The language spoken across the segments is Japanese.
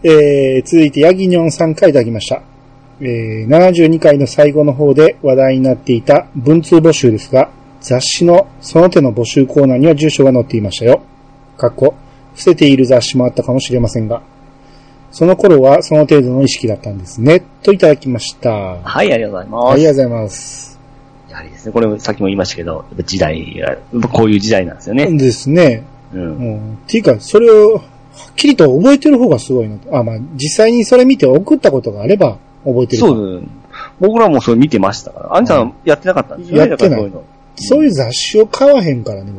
続いて、ヤギニョンさんからいただきました。72回の最後の方で話題になっていた文通募集ですが、雑誌のその手の募集コーナーには住所が載っていましたよ。伏せている雑誌もあったかもしれませんが、その頃はその程度の意識だったんですね。といただきました。 はい、ありがとうございます。 ありがとうございます。 やはりですね、これさっきも言いましたけど、やっぱ時代が、こういう時代なんですよね。 ですね。 うん。 っていうか、それを、はっきりと覚えてる方がすごいな。実際にそれ見て送ったことがあれば覚えてる。 そうです。僕らもそれ見てましたから。アンちゃんやってなかったんですよね。 やってない。そういう雑誌を買わへんからね、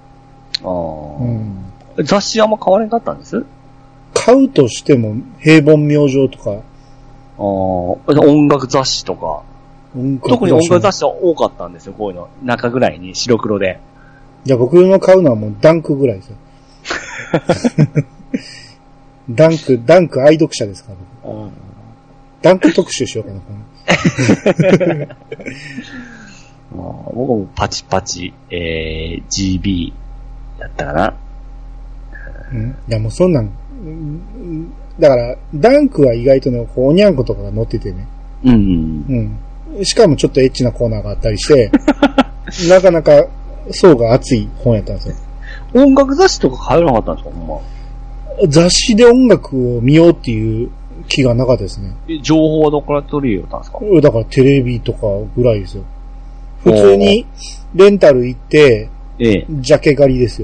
僕。雑誌あんま買われなかったんです？ 買うとしても、平凡明星とか。 音楽雑誌とか。特に音楽雑誌は多かったんですよ、こういうの。中ぐらいに白黒で。 じゃあ僕の買うのはもうダンクぐらいですよ。ダンク愛読者ですから、僕。ダンク特集しようかな、 僕もパチパチ、GB だったかな。 いやもうそんなん、だから、ダンクは意外とね、おにゃんことかが載っててね。しかもちょっとエッチなコーナーがあったりして、なかなか層が厚い本やったんですよ。 音楽雑誌とか買えなかったんですか、ほんま。 雑誌で音楽を見ようっていう気がなかったですね。 情報はどこから取り入れたんですか？ だからテレビとかぐらいですよ。普通にレンタル行って、ジャケ狩りですよ。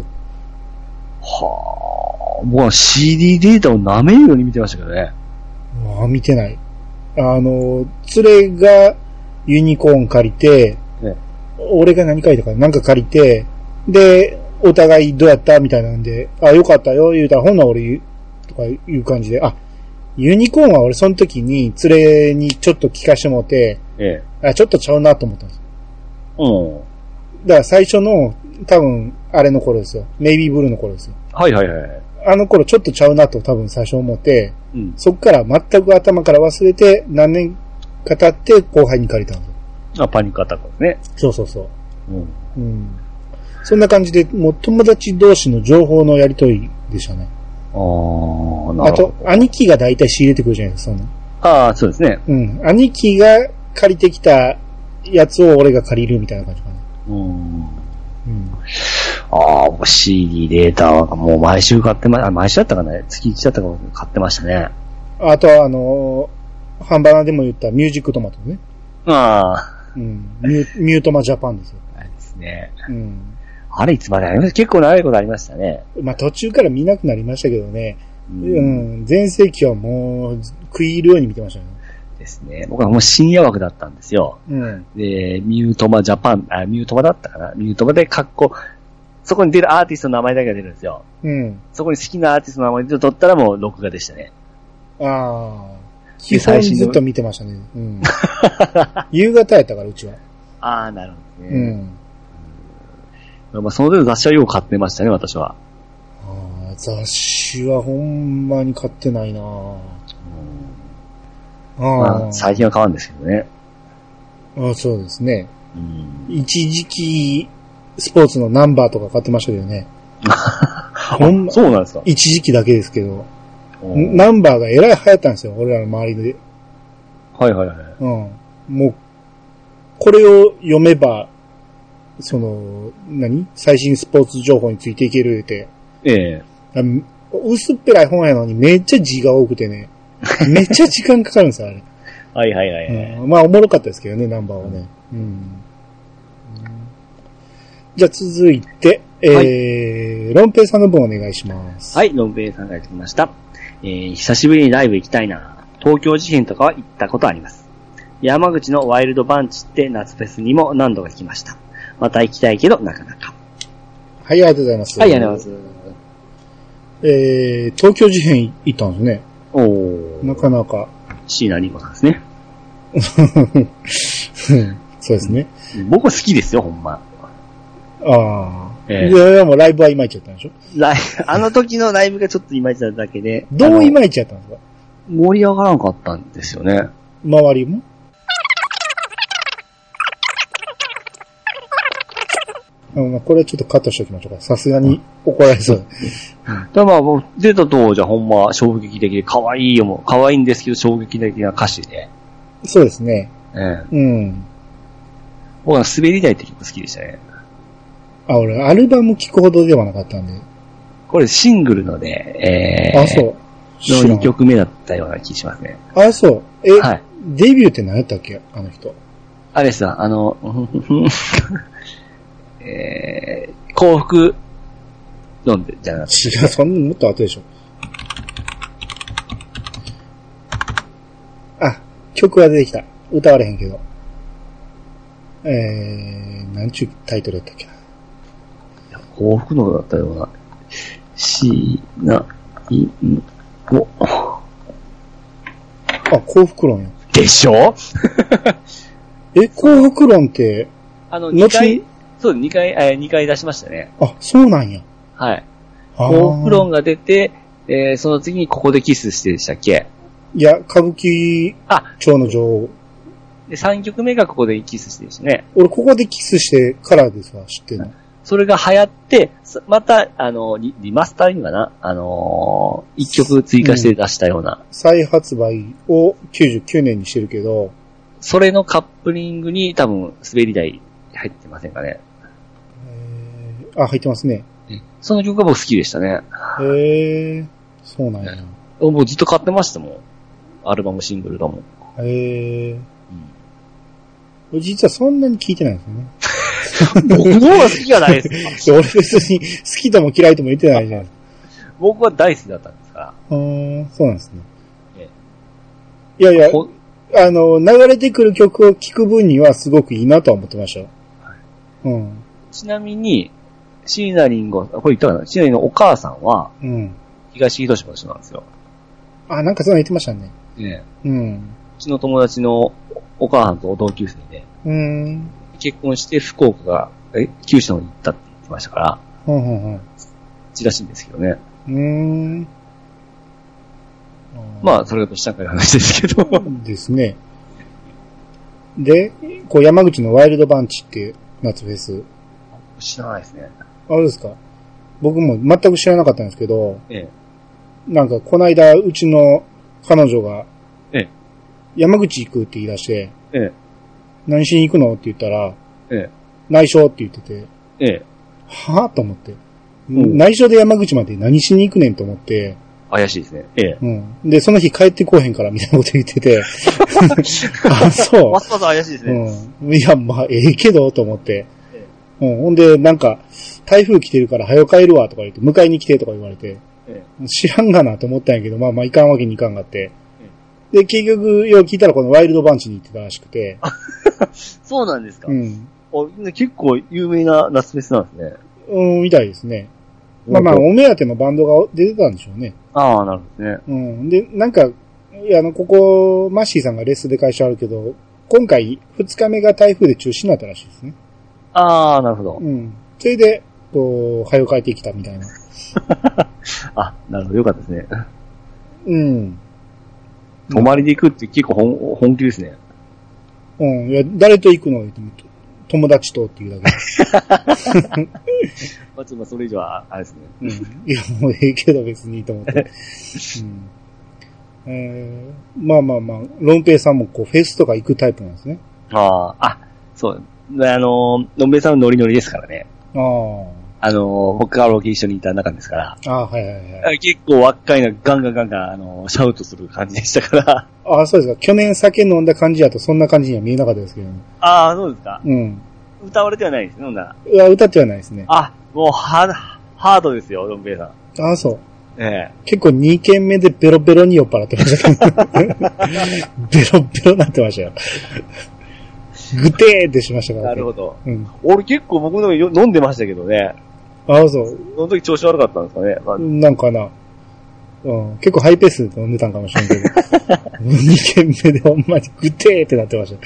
はぁ、僕は CD データを舐めるように見てましたけどね。 見てない。連れがユニコーン借りて、俺が何書いたかなんか借りて、で、お互いどうやったみたいなんで、よかったよ、言うたら、ほんなら俺、とかいう感じで、ユニコーンは俺その時に連れにちょっと聞かしてもらって、ちょっとちゃうなと思ったんです。だから最初の、多分、あれの頃ですよ。ネイビーブルーの頃ですよ。 はいはいはい。 あの頃ちょっとちゃうなと多分最初思って、そっから全く頭から忘れて、何年か経って後輩に借りたんですよ。 パニックアタックですね。 そうそうそう。そんな感じで、もう友達同士の情報のやり取りでしたね。あと、兄貴が大体仕入れてくるじゃないですか、そうですね。 兄貴が借りてきたやつを俺が借りるみたいな感じかな。 CD データはもう毎週買って毎週だったかな、月1だったか買ってましたね。 あとはハンバナでも言ったミュージックトマトね。ミュートマジャパンですよ。 あれですね。あれいつまでありました？結構長いことありましたね。 途中から見なくなりましたけどね。前世紀はもう食い入るように見てましたね。 ですね。僕はもう深夜枠だったんですよ。で、ミュートマジャパン、ミュートマだったかな。ミュートマでそこに出るアーティストの名前だけが出るんですよ。そこに好きなアーティストの名前で取ったらもう録画でしたね。 基本ずっと見てましたね。夕方やったから、うちは。 なるほどね。その程度雑誌はよく買ってましたね、私は。 雑誌はほんまに買ってないな最近は買うんですけどね。 そうですね。一時期、スポーツのナンバーとか買ってましたけどね。 そうなんですか？ 一時期だけですけど。ナンバーがえらい流行ったんですよ、俺らの周りで。もう、これを読めば、最新スポーツ情報についていけるって。薄っぺらい本やのにめっちゃ字が多くてね。めっちゃ時間かかるんですよ、あれ。おもろかったですけどね、ナンバーはね。じゃあ続いて、ロンペイさんの分お願いします。 はい、ロンペイさんが来ました。久しぶりにライブ行きたいな。東京事変とかは行ったことあります。山口のワイルドバンチって夏フェスにも何度か行きました。また行きたいけど、なかなか。 はい、ありがとうございます。 はい、ありがとうございます。 東京事変行ったんですね。なかなか。 椎名林檎さんですね。そうですね。 僕は好きですよ、ほんま。 でもライブはいまいちやったんでしょ？ あの時のライブがちょっといまいちだっただけで。 どういまいちやったんですか？ 盛り上がらなかったんですよね。 周りも？ これはちょっとカットしておきましょうか。さすがに怒られそう。 だまあ、もう出た当時はほんま衝撃的で、可愛いんですけど衝撃的な歌詞で。 そうですね。うん。 僕は滑り台って曲好きでしたね。 俺、アルバム聴くほどではなかったんで。 これシングルので、 そう。 の2曲目だったような気しますね。 そう。はい。デビューって何やったっけあの人。 あれさ、幸福飲んで、じゃなくて。 違う、そんなもっと後でしょ。曲は出てきた。歌われへんけど。なんちゅうタイトルやったっけな。 幸福のだったような。 幸福論や。 でしょ幸福論って、 2回、そう、2回出しましたね。 そうなんや。 はい。幸福論が出て、その次にここでキスしてでしたっけ？ いや、歌舞伎町の女王。 で、3曲目がここでキスしてでしたね。 俺ここでキスしてからでさ、知ってるの。 それが流行って、また、リマスターにはな、1曲追加して出したような。 再発売を99年にしてるけど、 それのカップリングに多分滑り台入ってませんかね。 入ってますね。 その曲が僕好きでしたね。 そうなんや。 もうずっと買ってましたもん。アルバムシングルだもん。 実はそんなに聞いてないんですよね。 僕の方が好きじゃないですか。 俺別に好きとも嫌いとも言ってないじゃないですか。 僕は大好きだったんですから。 そうなんですね。いやいや、流れてくる曲を聴く分にはすごくいいなとは思ってましたよ。 ちなみに、椎名林檎、これ言ったかな？椎名林檎のお母さんは、東広島の人なんですよ。 なんかそう言ってましたね。 うちの友達のお母さんと同級生で、結婚して福岡が、九州の方に行ったって言ってましたから、ちらしいんですけどね。まあ、それがどうしたんかいう話ですけど。 ですね。で、山口のワイルドバンチっていう夏フェス。 知らないですね。 そうですか。僕も全く知らなかったんですけど、なんかこの間うちの彼女が、山口行くって言い出して、何しに行くのって言ったら、内緒って言ってて、はぁと思って、内緒で山口まで何しに行くねんと思って、 怪しいですね。 で、その日帰ってこうへんからみたいなこと言ってて、そう。 わざわざ怪しいですね。 いや、まあ、けど、と思って。ほんで、なんか、台風来てるから早く帰るわとか言って、迎えに来てとか言われて、知らんがなと思ったんやけど、まあ行かんわけにいかんがって。で、結局、よう聞いたらこのワイルドバンチに行ってたらしくて。 そうなんですか？結構有名な夏フェスなんですね。みたいですね。まあ、お目当てのバンドが出てたんでしょうね。 なるほどね。で、なんか、ここ、マッシーさんがレッスンで会社あるけど、今回、2日目が台風で中止になったらしいですね。 なるほど。 それで、早く帰ってきたみたいな。 なるほど。よかったですね。泊まりで行くって結構本気ですね。 いや、誰と行くのって言っても友達とっていうだけ。 まあ、それ以上は、あれですね。 いや、もうけど別にいいと思って。まあ、ロンペイさんもフェスとか行くタイプなんですね。 そう。ロンペイさんはノリノリですからね。僕がロケ一緒にいた中ですから。結構若いのガンガン、シャウトする感じでしたから。 そうですか。去年酒飲んだ感じだとそんな感じには見えなかったですけどね。 そうですか。歌われてはないですね、 いや、歌ってはないですね。 もうハードですよ、ロンペイさん。 そう。結構2軒目でベロベロに酔っ払ってましたけど。ベロベロになってましたよ。ぐてーってしましたから。 なるほど。俺結構僕の飲んでましたけどね。 そう。 その時調子悪かったんですかね。 なんかな。結構ハイペースで飲んでたんかもしれんけど。2軒目でほんまにぐてーってなってました。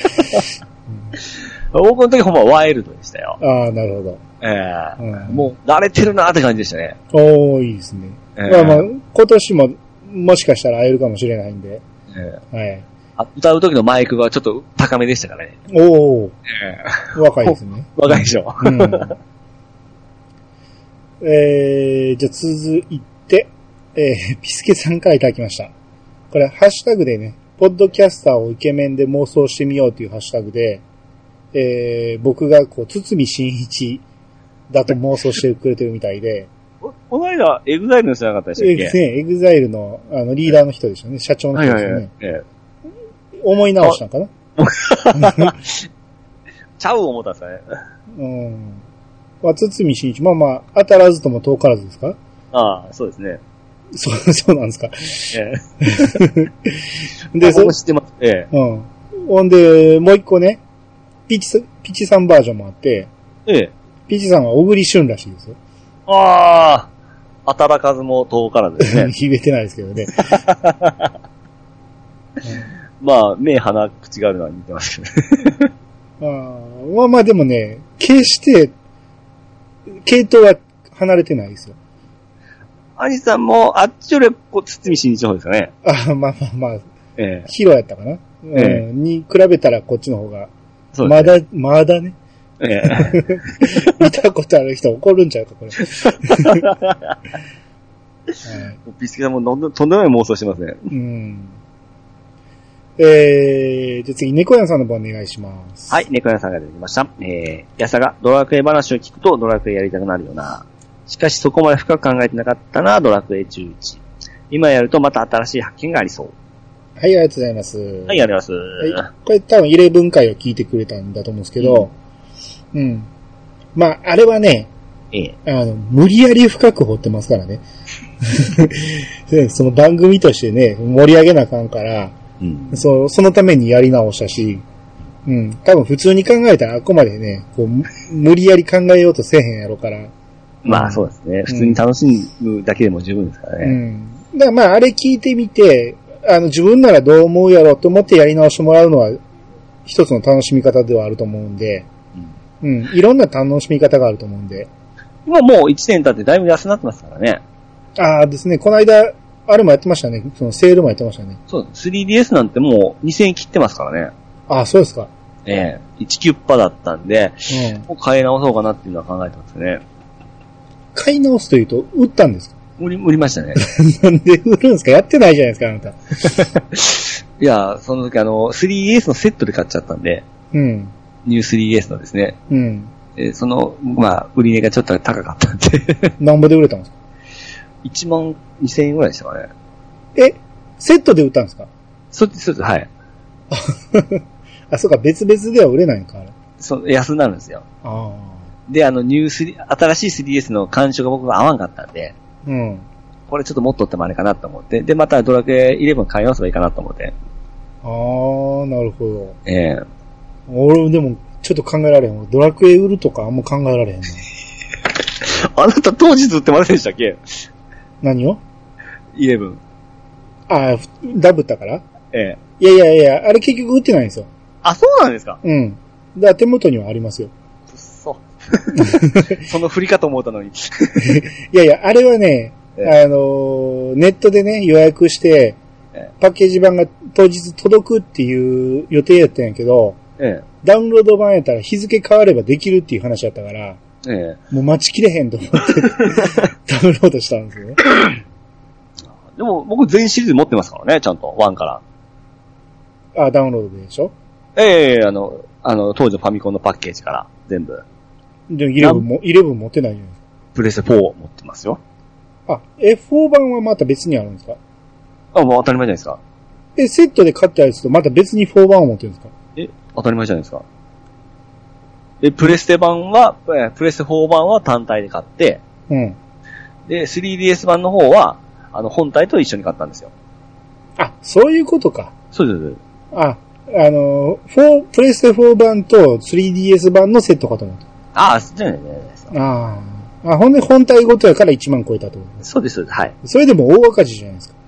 僕の時ほんまワイルドでしたよ。 なるほど。 もう慣れてるなーって感じでしたね。 いいですね。今年ももしかしたら会えるかもしれないんで。 歌う時のマイクがちょっと高めでしたからね。 若いですね。 若いでしょ。 じゃあ続いて、ピスケさんからいただきました。これ、ハッシュタグでね、ポッドキャスターをイケメンで妄想してみようというハッシュタグで、僕が堤真一だと妄想してくれてるみたいで。 この間、エグザイルの人じゃなかったでしたっけ？ エグザイルの、リーダーの人でしたね。社長の人ですよね。思い直したんかなちゃう思ったんですかね。 まあ、堤真一、まあまあ、当たらずとも遠からずですか？ ああ、そうですね。 そうなんですか。 で、そう知ってます。 ほんで、もう一個ね、ピチさんバージョンもあって、ピチさんは小栗旬らしいですよ。 ああ、当たらかずも遠からずですね。 言えてないですけどね。 まあ、目、鼻、口があるのは似てますけど。 まあまあでもね、決して、系統は離れてないですよ。 兄さんも、あっちより堤真一の方ですかね。 まあまあまあ、ヒロやったかな、に比べたらこっちの方が、まだね。見たことある人怒るんちゃうか、これ。 ビスケさんもとんでもない妄想してますね。 じゃあ次、猫屋さんの方お願いします。 はい、猫屋さんが出てきました。やさがドラクエ話を聞くとドラクエやりたくなるよな。しかしそこまで深く考えてなかったな、ドラクエ11。今やるとまた新しい発見がありそう。 はい、ありがとうございます。はい、 ありがとうございます。 これ多分11回を聞いてくれたんだと思うんですけど、まあ、あれはね、無理やり深く掘ってますからね。その番組としてね、盛り上げなあかんから、そのためにやり直したし、多分普通に考えたらあくまでね、無理やり考えようとせえへんやろから。 まあそうですね。普通に楽しむだけでも十分ですからね。 だからまああれ聞いてみて、自分ならどう思うやろうと思ってやり直してもらうのは一つの楽しみ方ではあると思うんで、いろんな楽しみ方があると思うんで。 今もう1年経ってだいぶ安くなってますからね。 ですね。この間、あれもやってましたね。そのセールもやってましたね。 そう、3DS なんてもう2000円切ってますからね。 そうですか。 19% だったんで、もう買い直そうかなっていうのは考えてますね。 買い直すというと、売ったんですか？ 売りましたね。 なんで売るんですか？やってないじゃないですか、あなた。 いや、その時3DS のセットで買っちゃったんで、ニュー 3DS のですね。その、まあ、売り値がちょっと高かったんで。 何ぼで売れたんですか ？12,000円ぐらいでしたかね。 セットで売ったんですか？ そうです、はい。 そうか、別々では売れないんか、あれ。 安くなるんですよ。で、新しい 3DS の干渉が僕は合わんかったんで、これちょっと持っとってもあれかなと思って、で、またドラクエ11買い直せばいいかなと思って。 なるほど。俺でも、ちょっと考えられへん。ドラクエ売るとかあんま考えられへんな。 あなた当日売ってませんでしたっけ？ 何を？ 11。 ダブったから？いや、あれ結局売ってないんですよ。 そうなんですか？ だから手元にはありますよ。 くっそ。その振りかと思ったのに。 いや、あれはね、ネットでね、予約して、パッケージ版が当日届くっていう予定やったんやけど、ダウンロード版やったら日付変わればできるっていう話やったから、もう待ちきれへんと思ってダウンロードしたんですよね。 でも僕全シリーズ持ってますからね、ちゃんと、1から。 ダウンロードでしょ？ 当時のファミコンのパッケージから全部。 でも11持ってないじゃないですか。 プレステ4持ってますよ。 4版はまた別にあるんですか？ もう当たり前じゃないですか。 セットで買ったやつとまた別に4版を持ってるんですか？ 当たり前じゃないですか。プレステ4版は単体で買って、で、3DS 版の方は、本体と一緒に買ったんですよ。 そういうことか。 そうです。 プレステ4版と 3DS 版のセットかと思った。 じゃないですか。 ほんで本体ごとやから1万超えたってことです。 そうです、はい。 それでも大赤字じゃないですか。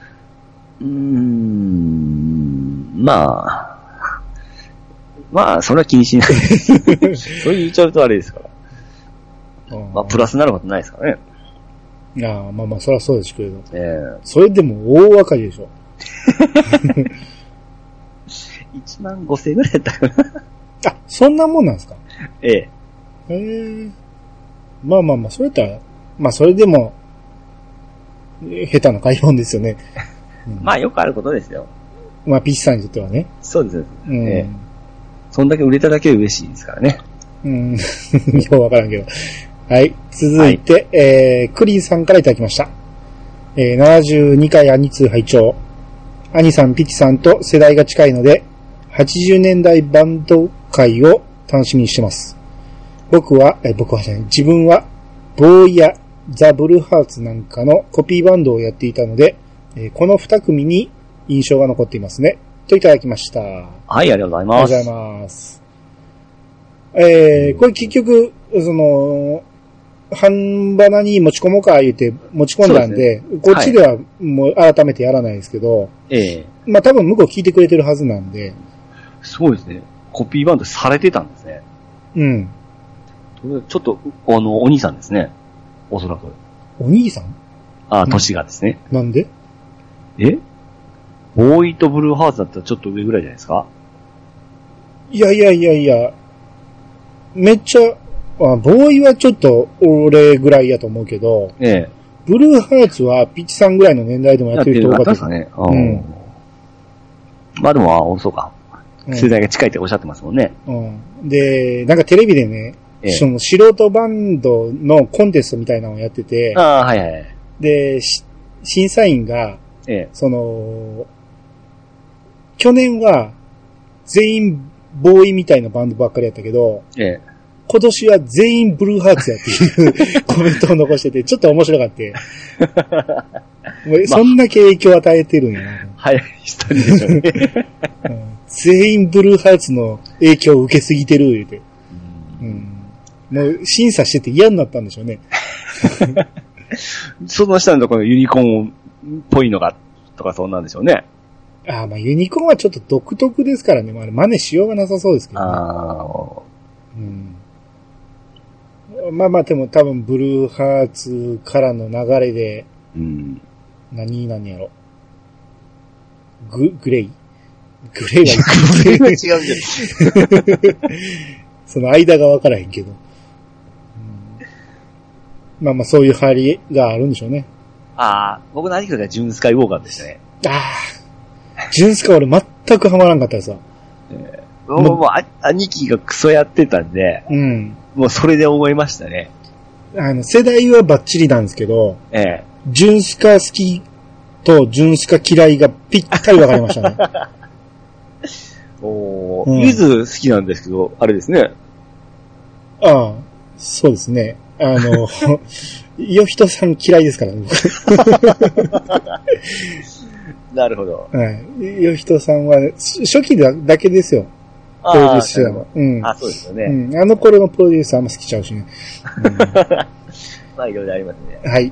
まあ、それは気にしない。そう言っちゃうとあれですから。プラスになることないですからね。 まあ、そりゃそうですけれど。それでも大赤字でしょ。 15,000円ぐらいだったかな。そんなもんなんですか？まあ、それやったら、 まあそれでも、下手な買い物ですよね。 まあよくあることですよ。 まあピッチさんにとってはね。 そうです。そんだけ売れただけで嬉しいですからね。 よくわからんけど。はい。続いて、はい、クリーンさんからいただきました。72回アニツー拝聴。アニさん、ピッチさんと世代が近いので、80年代バンド界を楽しみにしてます。自分は、ボーイやザ・ブルーハーツなんかのコピーバンドをやっていたので、この2組に印象が残っていますね。といただきました。はい、 ありがとうございます。 ありがとうございます。これ結局、半ばなに持ち込もうか言って持ち込んだんで、こっちではもう改めてやらないですけど、まあ多分向こう聞いてくれてるはずなんで。 そうですね。コピーバンドされてたんですね。 うん。 ちょっと、お兄さんですね。おそらく。 お兄さん？ 年がですね。 なんで？ ボーイとブルーハーツだったらちょっと上ぐらいじゃないですか？ いや、めっちゃ、ボーイはちょっと俺ぐらいやと思うけど、ブルーハーツはピッチさんぐらいの年代でもやってる人多かったですね。 まあでも、そうか。世代が近いっておっしゃってますもんね。 で、なんかテレビでね、その素人バンドのコンテストみたいなのをやってて、で、審査員が、去年は全員ボーイみたいなバンドばっかりやったけど、今年は全員ブルーハーツやっていうコメントを残してて、ちょっと面白かった。そんだけ影響を与えてるんやな。 はい、一人でしょうね。 全員ブルーハーツの影響を受けすぎてる言うて。もう審査してて嫌になったんでしょうね。 その下のところユニコーンっぽいのが、とかそんなんでしょうね。 まあユニコーンはちょっと独特ですからね。まあ、真似しようがなさそうですけどね。まあでも多分ブルーハーツからの流れで、何やろ。グレイは違うんじゃその間がわからへんけど。まあそういう流行りがあるんでしょうね。 僕の兄貴がジュンスカイウォーカーでしたね。 ジュンスカ俺全くハマらんかったらさ。 もう兄貴がクソやってたんで、もうそれで思いましたね。 世代はバッチリなんですけど、ジュンスカ好きとジュンスカ嫌いがぴったり分かりましたね。 ゆず好きなんですけど、あれですね。 そうですね。よひとさん嫌いですからね。 なるほど。 よひとさんは、初期だけですよ。プロデュースしてたの。 そうですよね。 あの頃のプロデュースあんま好きちゃうしね。 まあいろいろありますね。 はい。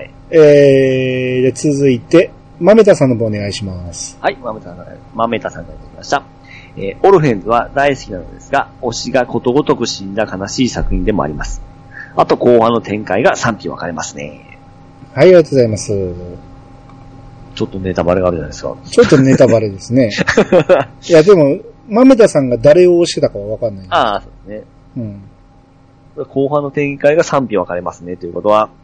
続いて、豆田さんの方お願いします。 はい、豆田さんがいただきました。オルフェンズは大好きなのですが、推しがことごとく死んだ悲しい作品でもあります。あと後半の展開が賛否分かれますね。 はい、ありがとうございます。 ちょっとネタバレがあるじゃないですか。 ちょっとネタバレですね。いや、でも、豆田さんが誰を推してたかは分かんない。 そうですね。後半の展開が賛否分かれますね、ということは。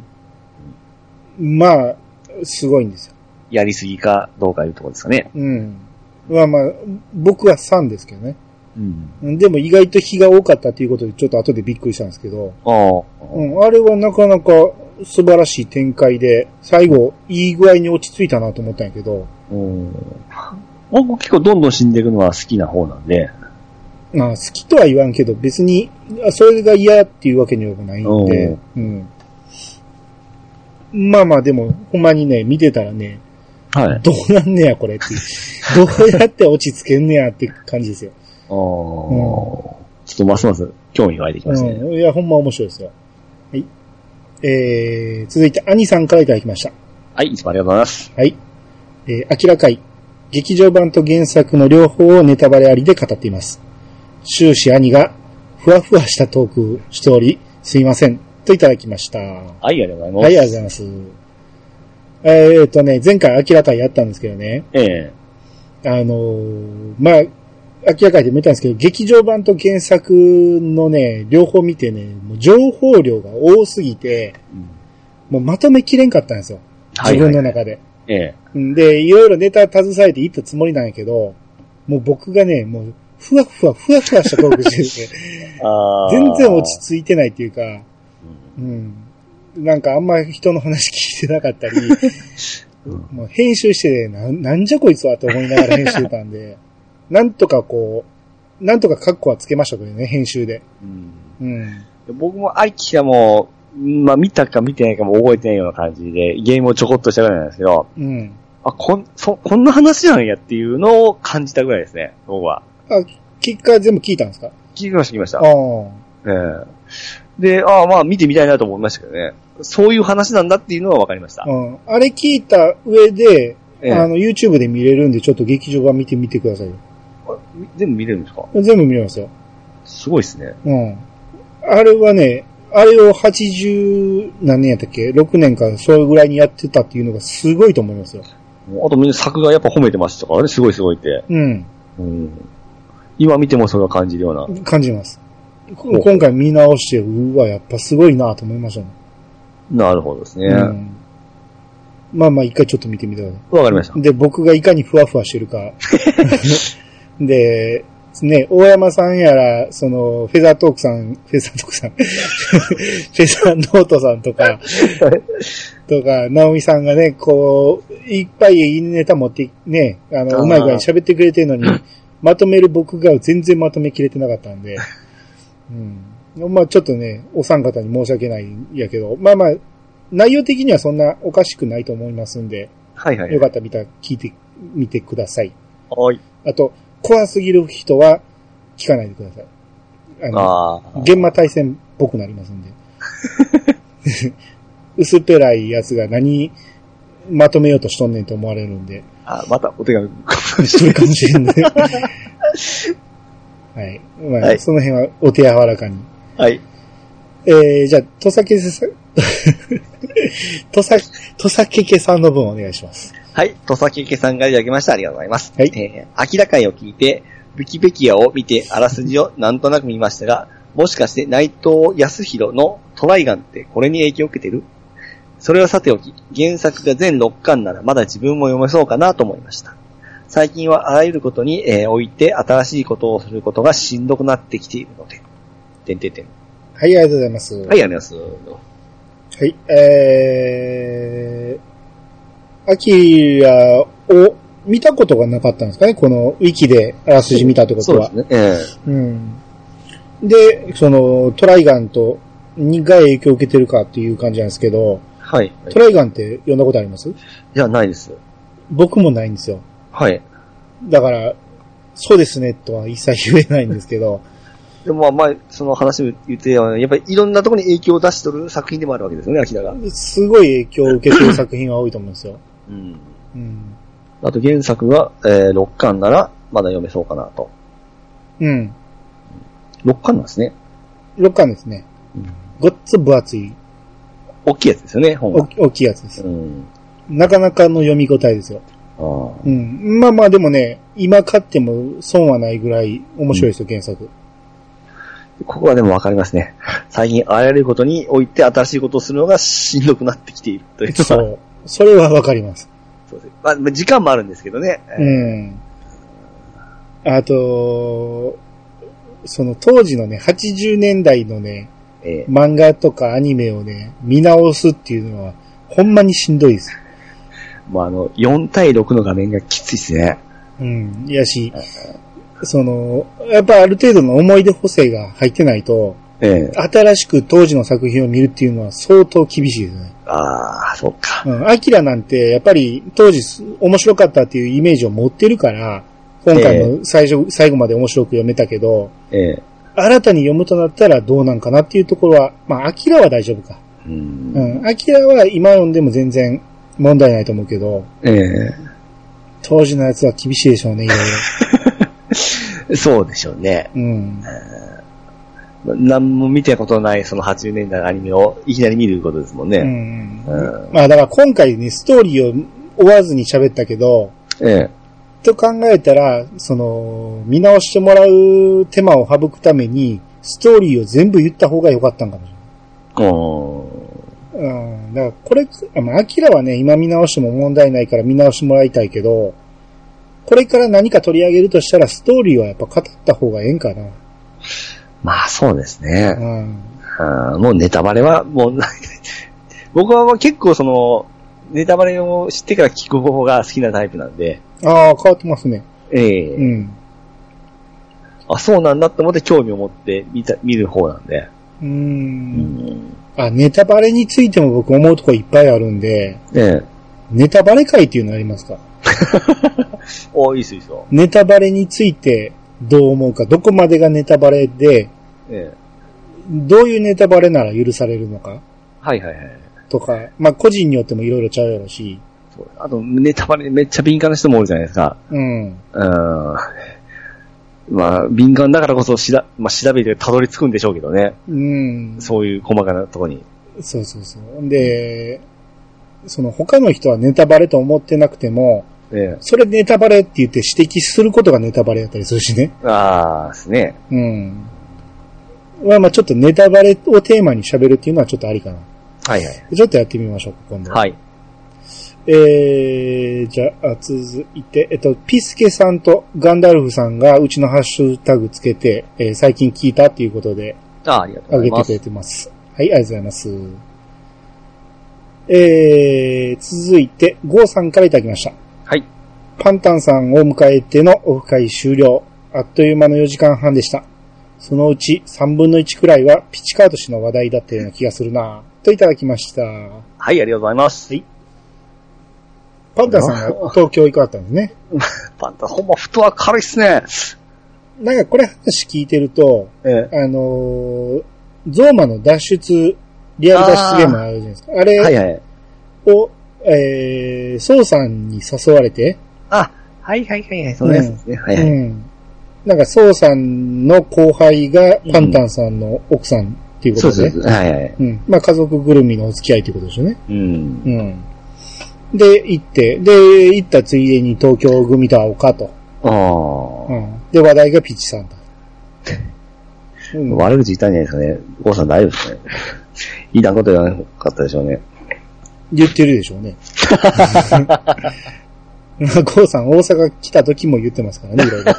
まあ、 すごいんですよ。 やりすぎかどうかいうところですかね。 まあ、僕は3ですけどね。でも意外と日が多かったということでちょっと後でびっくりしたんですけど。あれはなかなか素晴らしい展開で、最後いい具合に落ち着いたなと思ったんやけど。 僕結構どんどん死んでいくのは好きな方なんで。 好きとは言わんけど、別にそれが嫌っていうわけにはないんで。まあでも、ほんまにね、見てたらね、どうなんねや、これって。どうやって落ち着けんねやって感じですよ。 ちょっとますます興味が湧いてきましたね。 いや、ほんま面白いですよ。はい。続いて、兄さんからいただきました。 はい、いつもありがとうございます。 はい。明らかい。劇場版と原作の両方をネタバレありで語っています。終始兄がふわふわしたトークしており、すいません。といただきました。はい、 ありがとうございます。 はい、ありがとうございます。前回明らかにやったんですけどね。まあ、 明らかに見たんですけど、劇場版と原作のね、両方見てね、もう情報量が多すぎて、もうまとめきれんかったんですよ。自分の中で。で、いろいろネタ携えていったつもりなんやけど、もう僕がね、もう、ふわふわしたトークしてて、全然落ち着いてないっていうか、なんかあんま人の話聞いてなかったり、もう編集してね、なんじゃこいつはと思いながら編集してたんで、なんとかカッコはつけましたけどね、編集で。 僕もアキラも、まあ見たか見てないかも覚えてないような感じで、ゲームをちょこっとしたぐらいなんですけど、こんな話なんやっていうのを感じたぐらいですね、僕は。 結果全部聞いたんですか？ 聞きました。で、まあ見てみたいなと思いましたけどね。そういう話なんだっていうのは分かりました。 あれ聞いた上で、YouTube で見れるんで、ちょっと劇場版見てみてくださいよ。 全部見れるんですか？ 全部見れますよ。 すごいですね。 あれはね、あれを80何年やったっけ ?6 年か、それぐらいにやってたっていうのがすごいと思いますよ。 あとみんな作画やっぱ褒めてましたからね、すごいって。今見てもそれは感じるような。感じます。今回見直して、やっぱすごいなと思いましたね。 なるほどですね。 まあ一回ちょっと見てみてください。 わかりました。 で、僕がいかにふわふわしてるか。で、ね、大山さんやら、フェザーノートさんとか、ナオミさんがね、こう、いっぱいいいネタ持って、ね、うまい具合に喋ってくれてるのに、まとめる僕が全然まとめきれてなかったんで、まあちょっとね、お三方に申し訳ないんやけど、まあ内容的にはそんなおかしくないと思いますんで、よかったら聞いてみてください。あと、怖すぎる人は聞かないでください。現場対戦っぽくなりますんで。薄っぺらいやつが何まとめようとしとんねんと思われるんで。 またお手紙するかもしれんね。はい。まあ、その辺はお手柔らかに。じゃあ、土佐けけさんの分お願いします。 はい。土佐けけさんがいただきました。ありがとうございます。明らかにを聞いて、ウィキペキアを見てあらすじをなんとなく見ましたが、もしかして内藤康弘のトライガンってこれに影響を受けてる？それはさておき、原作が全6巻ならまだ自分も読めそうかなと思いました。最近はあらゆることに、おいて新しいことをすることがしんどくなってきているので。 はい、ありがとうございます。 はい、ありがとうございます。 はい、アキラを見たことがなかったんですかね、このウィキであらすじ見たってことは。 そうですね。 で、トライガンとが影響を受けてるかっていう感じなんですけど、トライガンって読んだことあります？いや、ないです。 僕もないんですよ。だから、そうですねとは一切言えないんですけど。 でもその話を言ってやっぱりいろんなところに影響を出しとる作品でもあるわけですよね、アキラが。 すごい影響を受けてる作品は多いと思うんですよ。 あと原作が、6巻ならまだ読めそうかなと。6巻なんですね。 6巻ですね。ごっつ分厚い。 大きいやつですよね、本が。 大きいやつです。なかなかの読み応えですよ。まあでもね、今買っても損はないぐらい面白いですよ、原作。 ここはでもわかりますね。最近あらゆることにおいて新しいことをするのがしんどくなってきているというのは。そう。 それはわかります。 そうです。まあ時間もあるんですけどね。 あと、当時のね、80年代のね、漫画とかアニメをね、見直すっていうのは、ほんまにしんどいです。 もう4対6の画面がきついですね。 やし、やっぱある程度の思い出補正が入ってないと、新しく当時の作品を見るっていうのは相当厳しいですね。 そうか。 アキラなんて、やっぱり当時面白かったっていうイメージを持ってるから、今回も最後まで面白く読めたけど、新たに読むとなったらどうなんかなっていうところは、まあ、アキラは大丈夫か。アキラは今読んでも全然問題ないと思うけど、当時のやつは厳しいでしょうね、いろいろ。 そうでしょうね。何も見たことないその80年代のアニメをいきなり見ることですもんね。 まあだから今回ね、ストーリーを追わずに喋ったけど、 と考えたら、見直してもらう手間を省くために、ストーリーを全部言った方が良かったんかもしれない。だからこれ、アキラはね、今見直しても問題ないから見直してもらいたいけど、これから何か取り上げるとしたら、ストーリーはやっぱ語った方がええんかな。 まあそうですね。もうネタバレは、もう、僕は結構ネタバレを知ってから聞く方が好きなタイプなんで。 ああ、変わってますね。 うん。あ、そうなんだって思って興味を持って見る方なんで。 ネタバレについても僕思うとこいっぱいあるんで。ネタバレ会っていうのありますか？ お、いいっすいいっすよ。 ネタバレについてどう思うか、どこまでがネタバレで、どういうネタバレなら許されるのか。 はいはいはい。 とか、まあ個人によってもいろいろちゃうやろし。 あと、ネタバレめっちゃ敏感な人もおるじゃないですか。まあ、敏感だからこそ調べてたどり着くんでしょうけどね。そういう細かなとこに。 そう。で、他の人はネタバレと思ってなくても、それネタバレって言って指摘することがネタバレだったりするしね。 ですね。 まあちょっとネタバレをテーマに喋るっていうのはちょっとありかな。 はいはい。 ちょっとやってみましょう、今度は。 はい。 じゃあ、続いて、ピスケさんとガンダルフさんがうちのハッシュタグつけて、最近聞いたっていうことで、 ありがとうございます。 あげてくれてます。はい、ありがとうございます。続いて、ゴーさんからいただきました。 はい。 パンタンさんを迎えてのオフ会終了。あっという間の4時間半でした。そのうち3分の1くらいはピチカート氏の話題だったような気がするなといただきました。はい、 ありがとうございます。 はい。パンタンさんが東京行かれたんですね。 パンタン、ほんまフットワーク軽いっすね。 なんかこれ話聞いてると、ゾーマの脱出、リアル脱出ゲームあるじゃないですか。あれを、ソウさんに誘われて。 はい、そうですね。はい。 なんかソウさんの後輩がパンタンさんの奥さんっていうことで。 そう。はい。 まあ家族ぐるみのお付き合いっていうことですよね。で、行ったついでに東京組と会おうかと。で、話題がピッチさんだ。 悪口言ったんじゃないですかね。ゴーさん大丈夫ですね。いいなこと言わなかったでしょうね。 言ってるでしょうね。ゴーさん大阪来た時も言ってますからね、いろいろ。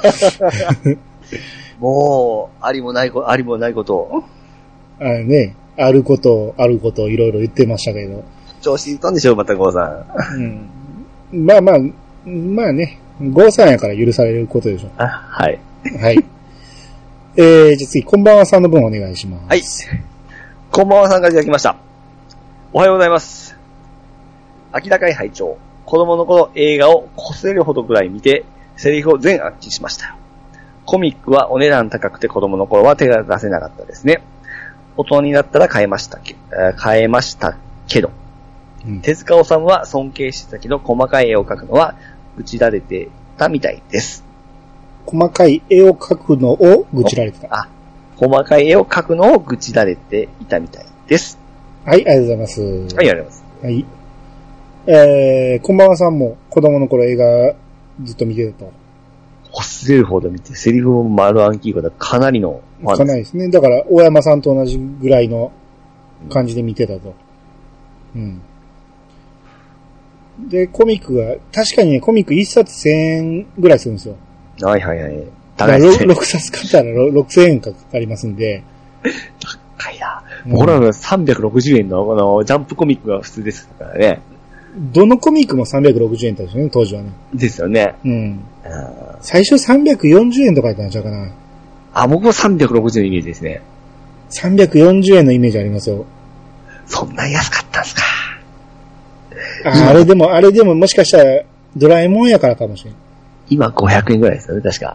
もう、ありもないことを。 あることいろいろ言ってましたけど。 調子いったんでしょう、またゴーさん。まあね、ゴーさんやから許されることでしょう。 はい。 はい。じゃあ次、こんばんはさんの分お願いします。 はい。こんばんはさんからいただきました。おはようございます。明らかい拝聴。子供の頃映画を擦れるほどくらい見て、セリフを全暗記しましたよ。コミックはお値段高くて子供の頃は手が出せなかったですね。大人になったら買えましたけど。手塚治虫は尊敬してたけど、細かい絵を描くのは愚痴られてたみたいです。 細かい絵を描くのを愚痴られてた。 細かい絵を描くのを愚痴られていたみたいです。 はい、ありがとうございます。 はい、ありがとうございます。 はい。こんばんはさんも子供の頃映画ずっと見てたと。 擦れるほど見て、セリフを丸暗記ことはかなりのファンです。かなりですね。だから、大山さんと同じぐらいの感じで見てたと。で、コミックが、確かにね、コミック1冊1000円ぐらいするんですよ。 はい。 高いですね。6冊買ったら6000円かかりますんで。 高いな。僕らの360円のジャンプコミックが普通ですからね。 どのコミックも360円だったんですよね、当時はね。 ですよね。 最初340円とかやったんちゃうかな。 僕も360円のイメージですね。 340円のイメージありますよ。 そんな安かったんすか。 あれでももしかしたらドラえもんやからかもしれん。 今500円ぐらいですよね、確か。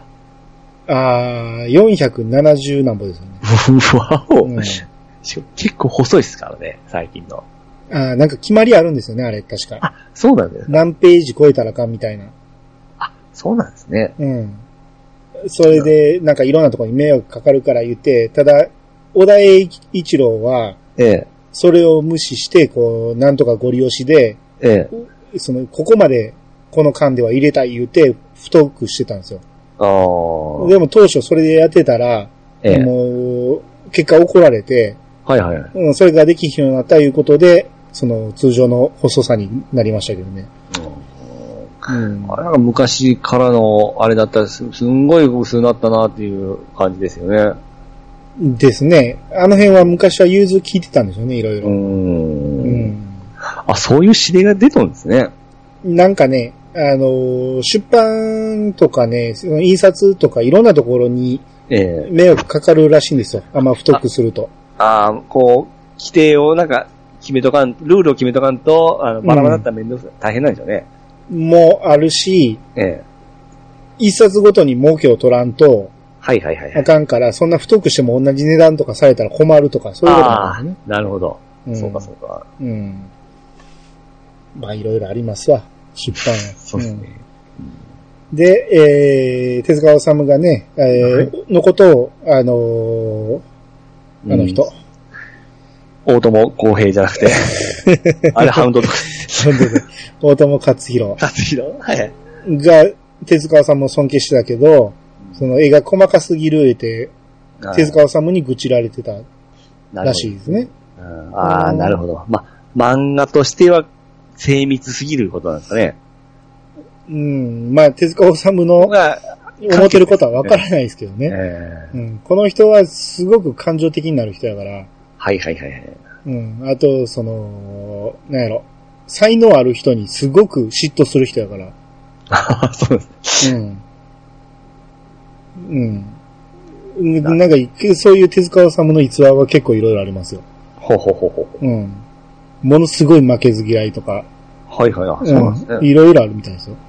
470何本ですよね。 わお、結構細いですからね、最近の。 なんか決まりあるんですよね、あれ、確か。 そうなんですか。 何ページ超えたらかんみたいな。 そうなんですね。 それで、なんかいろんなところに迷惑かかるから言って、ただ、小田栄一郎は、それを無視して、こう、なんとかご利用しで、ここまでこの間では入れたい言うて、 太くしてたんですよ。 でも当初それでやってたら、もう、結果怒られて、 はいはいはい。 それができひんようになったということで、その通常の細さになりましたけどね。 なんか昔からのあれだったらすんごい薄くなったなっていう感じですよね。 ですね。あの辺は昔は融通聞いてたんでしょうね、いろいろ。 あ、そういう指令が出たんですね。 なんかね、出版とかね、印刷とかいろんなところに迷惑かかるらしいんですよ。あんま太くすると。 こう、規定をなんか決めとかん、ルールを決めとかんと、バラバラだったら面倒大変なんでしょうね。もあるし、一冊ごとに儲けを取らんと、あかんから、そんな太くしても同じ値段とかされたら困るとか、そういうことなんですね。 なるほど。そうかそうか。 まあ、いろいろありますわ、出版は。 そうですね。 で、手塚治虫がね、のことを、あの人。 大友康平じゃなくて、あれハウンドとか。 大友克弘。 はい。 が、手塚治虫も尊敬してたけど、その絵が細かすぎる言うて、手塚治虫に愚痴られてたらしいですね。 なるほど。漫画としては精密すぎることなんですかね。まあ、手塚治虫の思ってることはわからないですけどね。この人はすごく感情的になる人やから。あと、なんやろ。才能ある人にすごく嫉妬する人やから。 そうです。 なんか、そういう手塚治虫の逸話は結構いろいろありますよ。ものすごい負けず嫌いとか。 そうなんですね。 いろいろあるみたいですよ。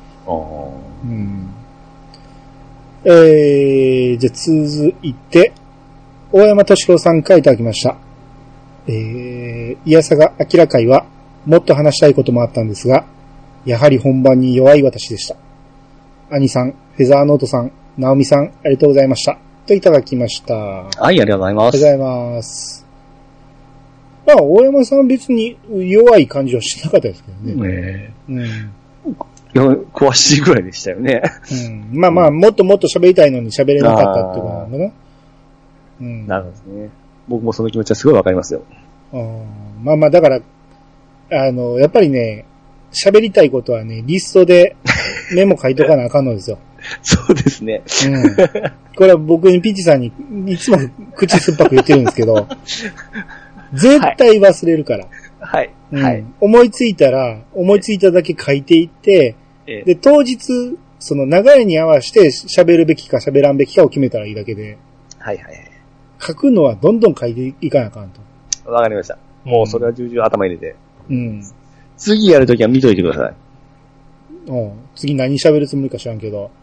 じゃあ続いて、大山敏郎さんからいただきました。いやさが明らかいは、もっと話したいこともあったんですが、やはり本番に弱い私でした。兄さん、フェザーノートさん、ナオミさん、ありがとうございました。といただきました。 はい、ありがとうございます。 ありがとうございます。まあ、大山さん別に弱い感じはしなかったですけどね。 詳しいぐらいでしたよね。 まあ、もっともっと喋りたいのに喋れなかったってことなのかな。 なるほどですね。僕もその気持ちはすごいわかりますよ。 まあ、だから、やっぱりね、喋りたいことはね、リストでメモ書いとかなあかんのですよ。 そうですね。 これは僕にピッチさんにいつも口酸っぱく言ってるんですけど、絶対忘れるから。思いついたら、思いついただけ書いていって、で、当日、その流れに合わせて喋るべきか喋らんべきかを決めたらいいだけで。書くのはどんどん書いていかなあかんと。 わかりました。もうそれは重々頭入れて。次やるときは見といてください。 次何喋るつもりか知らんけど。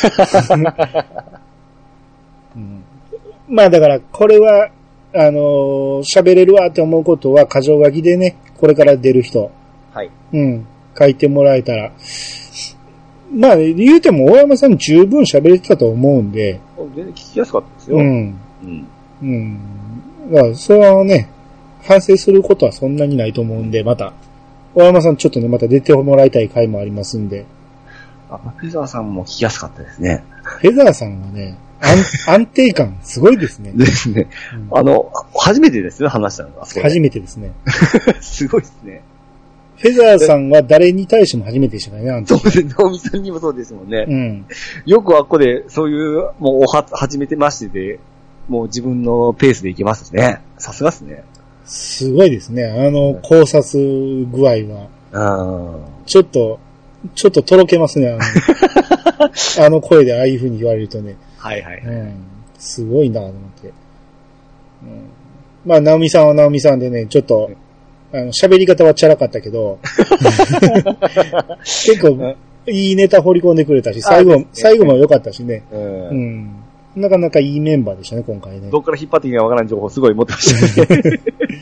まあだから、これは、喋れるわって思うことは、箇条書きでね、これから出る人。書いてもらえたら。まあ、言うても大山さん十分喋れてたと思うんで。 全然聞きやすかったですよ。 だから、それはね、反省することはそんなにないと思うんで、また、大山さんちょっとね、また出てもらいたい回もありますんで。 フェザーさんも聞きやすかったですね。 フェザーさんはね、安定感すごいですね。 ですね。初めてですよ、話したのが。 初めてですね。 すごいですね。 フェザーさんは誰に対しても初めてでしたからね、 そうですね。直美さんにもそうですもんね。よくあっこで、そういう、もう初めてましてで、もう自分のペースでいけますね。さすがですね。 すごいですね。考察具合は。ちょっととろけますね。声でああいう風に言われるとね。すごいなと思って。まあ、直美さんは直美さんでね、ちょっと、喋り方はチャラかったけど、結構、いいネタ掘り込んでくれたし、最後も良かったしね。なかなかいいメンバーでしたね、今回ね。 どっから引っ張っていいかわからん情報すごい持ってましたね。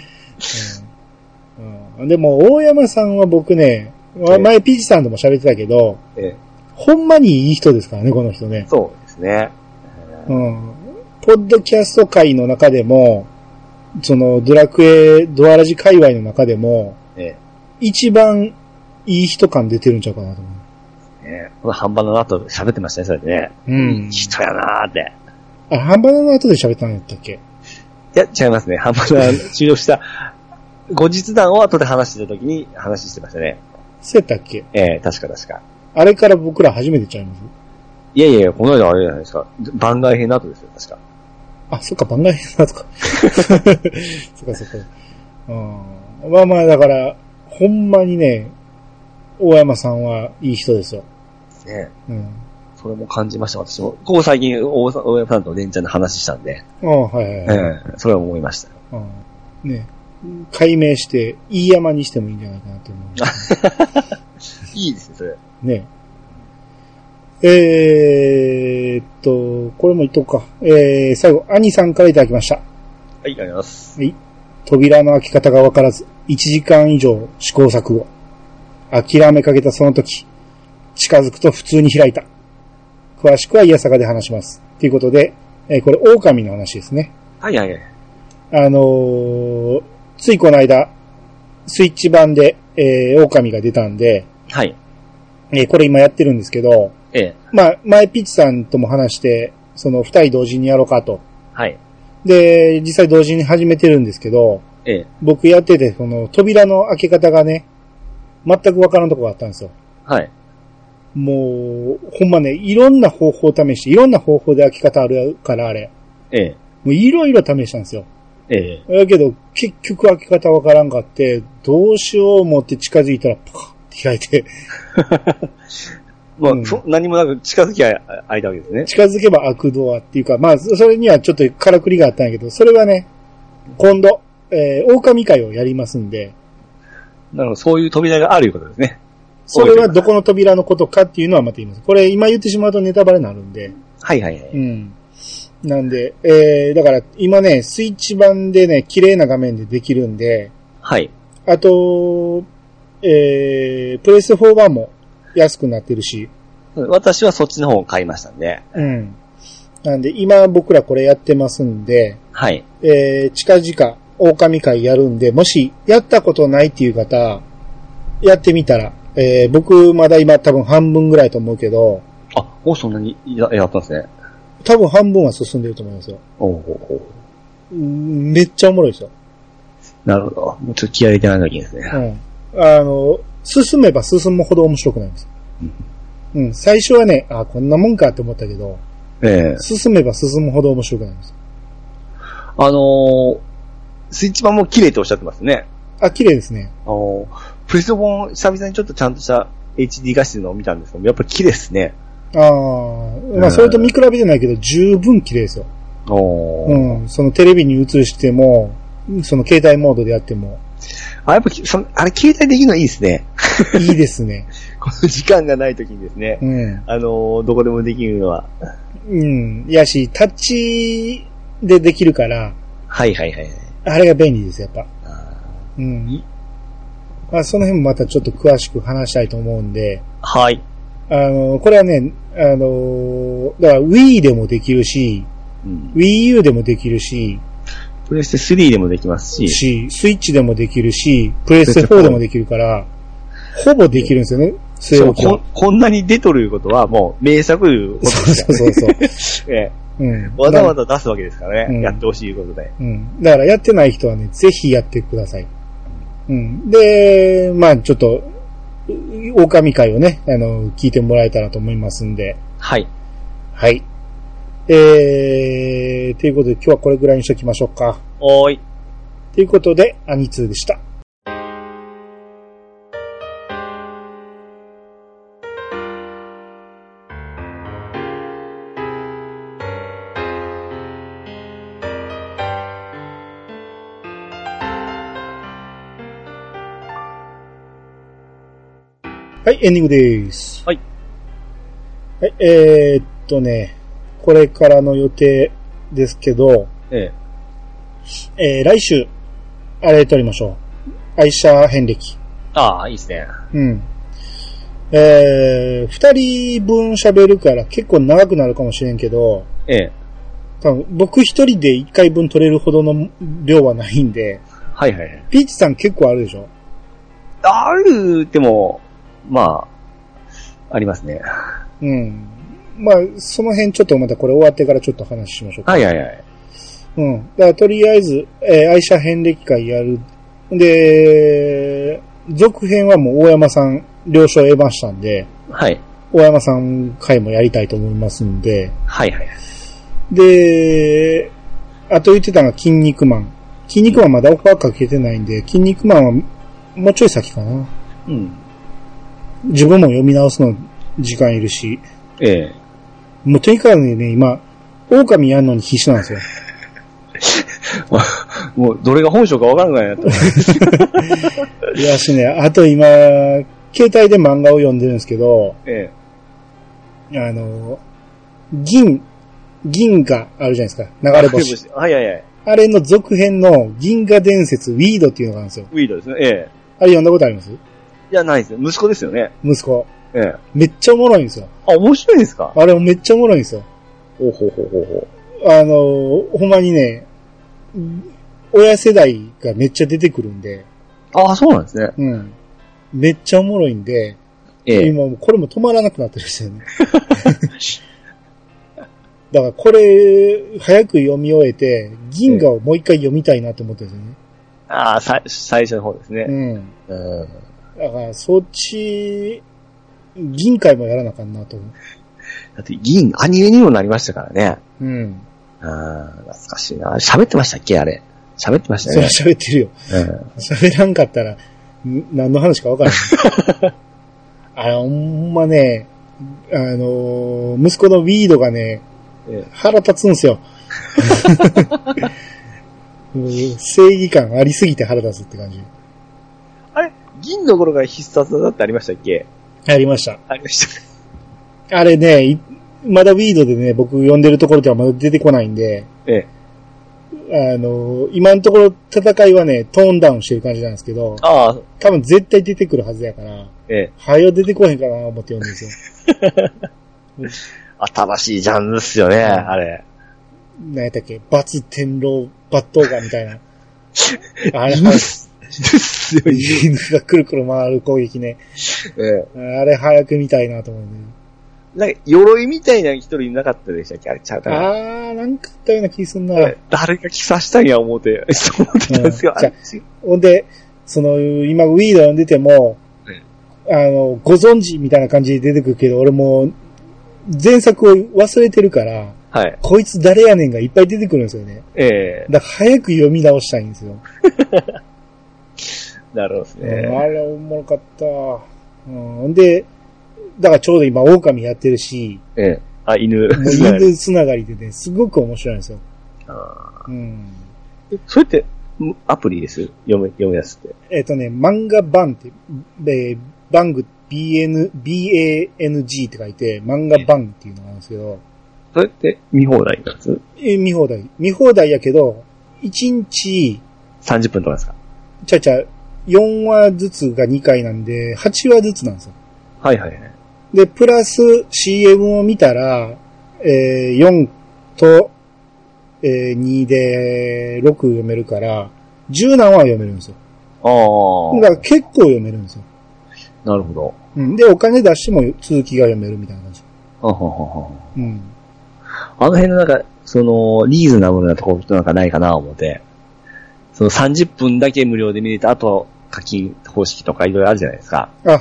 でも、大山さんは僕ね、前ピーチさんとも喋ってたけど、ほんまにいい人ですからね、この人ね。 そうですね。 ポッドキャスト界の中でも、そのドララジ界隈の中でも、一番いい人感出てるんちゃうかなと思う。 ね、この半端の後喋ってましたね、それでね。うん。人やなーって。 あ、半端の後で喋ったんだったっけ？ いや、違いますね。半端の終了した後日談を後で話してた時に話してましたね。 そうやったっけ？ 確か。 あれから僕ら初めてちゃいます？ いや、この間あれじゃないですか。番外編の後ですよ、確か。 あ、そっか、番外編の後か。そっか。まあ、だから、ほんまにね、大山さんはいい人ですよ。 ね。うん。それも感じました、私も。ここ最近、大山さんとレンちゃんの話したんで。 はい。 それは思いました。 ね。解明して、いい山にしてもいいんじゃないかなと思う。 いいですね、それ。 ね。これも言っとくか。最後、兄さんからいただきました。はい、 ありがとうございます。 はい。扉の開き方がわからず、1時間以上試行錯誤。諦めかけたその時、近づくと普通に開いた。詳しくはイヤサガで話します。ということで、これ、狼の話ですね。 はい。 ついこの間、スイッチ版で、狼が出たんで、 はい。 これ今やってるんですけど、まあ、前ピッチさんとも話して、その二人同時にやろうかと。 はい。 で、実際同時に始めてるんですけど、僕やってて、その扉の開け方がね、全くわからんとこがあったんですよ。はい。もう、ほんまね、いろんな方法を試して、いろんな方法で開け方あるから、あれ。もういろいろ試したんですよ。だけど、結局開け方わからんかって、どうしよう思って近づいたら、パカッって開いて。 まあ、何もなく近づきは開いたわけですね。 近づけば開くドアっていうか、まあ、それにはちょっとからくりがあったんやけど、それはね、今度、狼会をやりますんで。 なるほど、そういう扉があるいうことですね。 それはどこの扉のことかっていうのはまた言います。これ今言ってしまうとネタバレになるんで。 はい。 うん。なんで、だから今ね、スイッチ版でね、綺麗な画面でできるんで。はい。あと、プレス4版も安くなってるし。 私はそっちの方を買いましたんで。 うん。なんで今僕らこれやってますんで。はい。近々狼会やるんで、もしやったことないっていう方、やってみたら、僕まだ今多分半分ぐらいと思うけど。 あ、もうそんなにやったんですね。 多分半分は進んでると思いますよ。めっちゃおもろいですよ。 なるほど。もうちょっと気合い入れてないといけないですね。 進めば進むほど面白くないんです。うん。最初はね、こんなもんかって思ったけど、進めば進むほど面白くないんです。 スイッチ版も綺麗とおっしゃってますね。 綺麗ですね。 プレステ4久々にちょっとちゃんとした HD 画質のを見たんですけど、やっぱり綺麗ですね。 まあそれと見比べてないけど、十分綺麗ですよ。そのテレビに映しても、その携帯モードでやっても。 やっぱ、あれ携帯できるのいいですね。 いいですね。 この時間がない時にですね。どこでもできるのは。 やし、タッチでできるから。 はい。 あれが便利です、やっぱ。まあ、その辺もまたちょっと詳しく話したいと思うんで。はい。これはね、だから Wii でもできるし、Wii U でもできるし、 プレステ3でもできますし、 スイッチでもできるし、プレステ4でもできるから、ほぼできるんですよね、据え置きは。 こんなに出とることはもう名作いうことですからね。そう。わざわざ出すわけですからね。やってほしいことで。 だからやってない人はね、ぜひやってください。で、まあちょっと、狼会をね、聞いてもらえたらと思いますんで。はい。はい。ということで今日はこれぐらいにしときましょうか。ということで、アニツーでした。はい、エンディングです。はい。はい、これからの予定ですけど、来週、あれ撮りましょう。愛車遍歴。 いいですね。 二人分喋るから結構長くなるかもしれんけど、多分僕一人で一回分撮れるほどの量はないんで、ピーチさん結構あるでしょ？ あるっても、まあ、 ありますね。 うん。まあ、その辺ちょっとまたこれ終わってからちょっと話しましょうか。 はいはいはい。 うん。だからとりあえず、愛車遍歴会やる。で、続編はもう大山さん了承得ましたんで、 はい。 大山さん会もやりたいと思いますんで、 はいはい。 で、あと言ってたのが筋肉マン。筋肉マンまだオファーかけてないんで、筋肉マンはもうちょい先かな。 うん。自分も読み直すの時間いるし。 ええ。 もうとにかくね、今、狼やるのに必死なんですよ。 もう、どれが本性かわかんないなと。 いやしね、あと今、携帯で漫画を読んでるんですけど、 ええ。銀河あるじゃないですか。流れ星。 はいはいはい。 あれの続編の銀河伝説ウィードっていうのがあるんですよ。 ウィードですね。ええ。 あれ読んだことあります？いや、ないですよ。息子ですよね。 息子。 ええ。 めっちゃおもろいんですよ。 あ、面白いですか？ あれめっちゃおもろいんですよ。 ほうほうほうほうほう。ほんまにね、親世代がめっちゃ出てくるんで。 ああ、そうなんですね。 うん。めっちゃおもろいんで、 ええ、 今これも止まらなくなってるんですよね。だからこれ、早く読み終えて、銀河をもう一回読みたいなと思ってるんですよね。 ああ、最初の方ですね。 うん。だからそっち、銀河もやらなあかんなと思う。 だってアニメにもなりましたからね。 うん。 ああ、懐かしいな。喋ってましたっけあれ。喋ってましたね。 それ喋ってるよ。喋らんかったら、何の話か分からない。ほんまね、息子のウィードがね、腹立つんすよ。正義感ありすぎて腹立つって感じ。 あれ銀の頃が必殺だってありましたっけ？ ありました。 ありました。 あれね、まだウィードでね、僕読んでるところではまだ出てこないんで、 ええ。今のところ戦いはね、トーンダウンしてる感じなんですけど、 ああ。 多分絶対出てくるはずやから、はよ出てこへんかな思って読んでるんですよ。 新しいジャンルっすよね、あれ。 何やったっけ？バツ天狼抜刀ガみたいな。あれ、犬がくるくる回る攻撃ね。あれ早く見たいなと思うね。 なんか、鎧みたいな一人いなかったでしたっけあれちゃうかな。 なんかあったような気すんな。 誰が着さしたんや思って、そう思ってたんですよ。 ほんで、今ウィード読んでても、ご存知みたいな感じで出てくるけど、俺もう、前作を忘れてるから、 はい。 こいつ誰やねんがいっぱい出てくるんですよね。だから早く読み直したいんですよ。 なるほどですね。 あれおもろかった。で、だからちょうど今狼やってるし、 犬。 犬つながりでね、すごく面白いんですよ。 それって、アプリです読むやつって。 漫画版って、バング、BANG って書いて、漫画版っていうのがあるんですけど。 それって見放題なんです？ 見放題。見放題やけど、1日、 30分とかですか ？4話ずつが2回なんで、8話ずつなんですよ。 はいはいはい。 で、プラス CM を見たら、4と、2で6読めるから、10何話読めるんですよ。だから結構読めるんですよ。 なるほど。 で、お金出しても続きが読めるみたいな感じ。 あの辺のなんか、リーズナブルなところなんかないかな思って、30分だけ無料で見れた後、課金方式とかいろいろあるじゃないですか。 はい。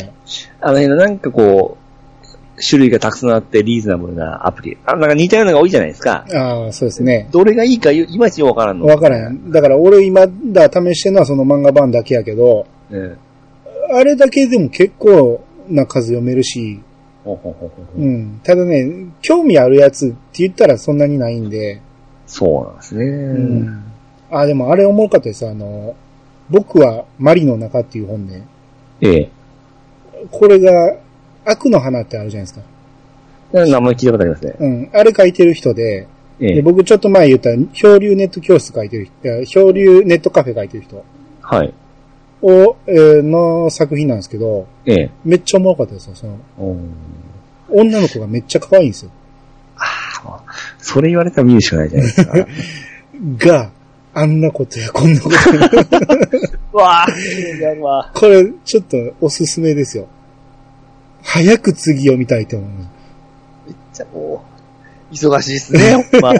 あの辺のなんかこう、種類がたくさんあってリーズナブルなアプリ。なんか似たようなのが多いじゃないですか。 そうですね。 どれがいいかいまいちわからんの。 わからん。だから俺今試してるのはその漫画版だけやけど、あれだけでも結構な数読めるし、ただね、興味あるやつって言ったらそんなにないんで。 そうなんですね。 でもあれおもろかったです。僕はマリの中っていう本ね。これが、悪の花ってあるじゃないですか。 名前聞いたことありますね。 あれ書いてる人で、僕ちょっと前言った漂流ネット教室書いてる人、漂流ネットカフェ書いてる人。 はい。 の作品なんですけど、めっちゃおもろかったですよ。女の子がめっちゃ可愛いんですよ。 それ言われたら見るしかないじゃないですか。 が、あんなことやこんなことや。 わぁ、 これちょっとおすすめですよ。 早く次を見たいと思う。めっちゃもう、忙しいっすね、ほんま。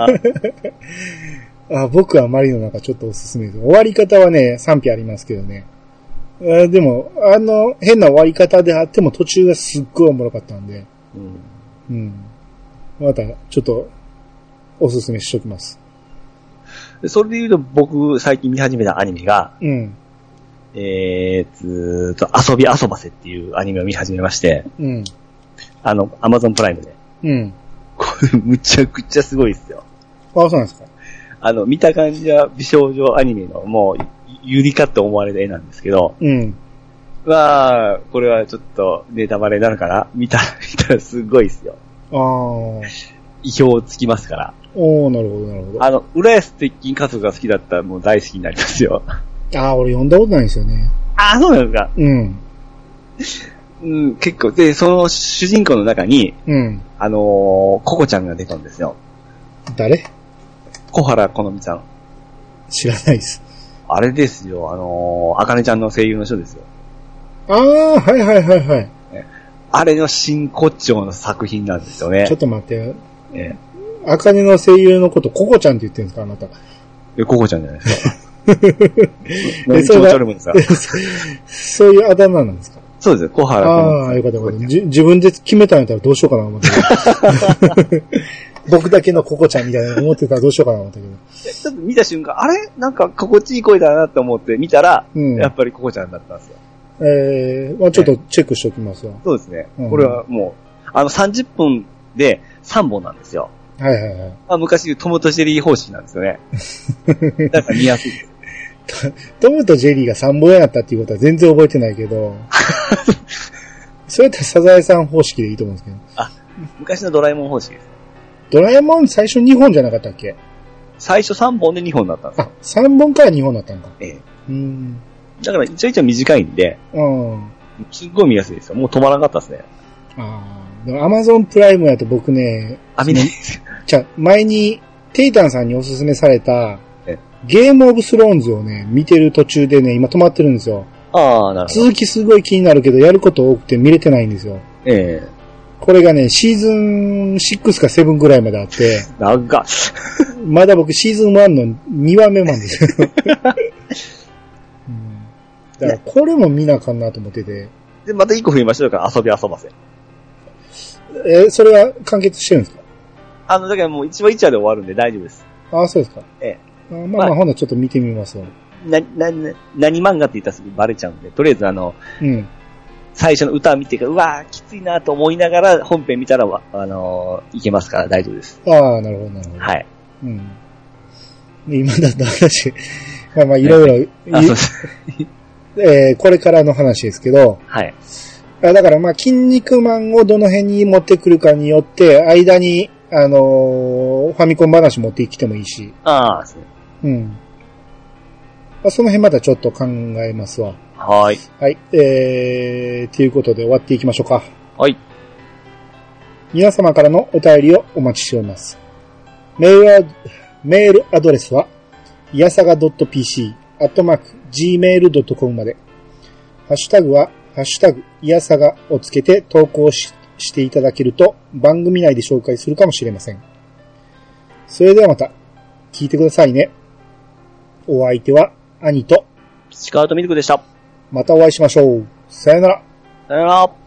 僕はマリの中ちょっとおすすめです。終わり方はね、賛否ありますけどね。でも、変な終わり方であっても途中がすっごいおもろかったんで。うん。また、ちょっと、おすすめしときます。 それで言うと僕、最近見始めたアニメが、 うん。 遊び遊ばせっていうアニメを見始めまして、 うん。 アマゾンプライムで。 うん。 これ、むちゃくちゃすごいですよ。 あ、そうなんですか。 見た感じは美少女アニメのもう、ゆりかって思われる絵なんですけど、 うん。 まあ、これはちょっとネタバレになるかな見たらすごいですよ。意表つきますから。 なるほど、なるほど。 浦安鉄筋家族が好きだったらもう大好きになりますよ。 俺読んだことないんですよね。 そうなんですか。 うん。 うん、結構、で、その主人公の中に、 うん。 ココちゃんが出たんですよ。 誰？ 小原好美さん。 知らないです。 あれですよ、あかねちゃんの声優の人ですよ。 はいはいはいはい。 あれの真骨頂の作品なんですよね。 ちょっと待って。あかねの声優のことココちゃんって言ってるんですか、あなた。 ココちゃんじゃないですか。 そういうあだ名なんですか？ そうですよ、小原好美。 よかったよかった。自分で決めたんやったらどうしようかな思って僕だけのココちゃんみたいな思ってたらどうしようかな思ったけど。 ちょっと見た瞬間、あれなんか心地いい声だなって思って見たら、やっぱりココちゃんだったんですよ。 ちょっとチェックしておきますわ。 そうですね。これはもう、30分で3本なんですよ。 はいはいはい。 昔言うトムとジェリー方式なんですよね。だから見やすいです。 トムとジェリーが3本やったっていうことは全然覚えてないけど、それやったらサザエさん方式でいいと思うんですけど。 昔のドラえもん方式です。 ドラえもん最初2本じゃなかったっけ？ 最初3本で2本だったんですよ。 3本から2本だったんか。 だから一応一応短いんで、すっごい見やすいですよ。もう止まらなかったですね。 でも Amazon プライムやと僕ね、 見ないですよ。前にテイタンさんにおすすめされたゲームオブスローンズをね、見てる途中でね、今止まってるんですよ。 なるほど。 続きすごい気になるけど、やること多くて見れてないんですよ。これがね、シーズン6か7ぐらいまであって、まだ僕シーズン1の2話目なんですよ。だからこれも見なあかんなと思ってて。 で、また1個増えましょうから、遊び遊ばせ。 それは完結してるんですか？ だからもう1話1話で終わるんで大丈夫です。 そうですか。まあ、ほんならちょっと見てみますわ。 何漫画って言ったらすぐバレちゃうんで、とりあえず最初の歌を見てから、うわーきついなと思いながら本編見たら、いけますから大丈夫です。 なるほど、なるほど。 はい。 今だった話、まあいろいろ、これからの話ですけど、 はい。 だからまあ、筋肉マンをどの辺に持ってくるかによって、間に、ファミコン話持ってきてもいいし。 そうね。 その辺またちょっと考えますわ。 はい。 はい。ということで終わっていきましょうか。 はい。 皆様からのお便りをお待ちしております。メールアドレスは、いやさが .pc@gmail.com まで。ハッシュタグは、ハッシュタグ、いやさがをつけて投稿していただけると番組内で紹介するかもしれません。それではまた聞いてくださいね。お相手は兄とピチカートミルクでした。 またお会いしましょう。さよなら。 さよなら。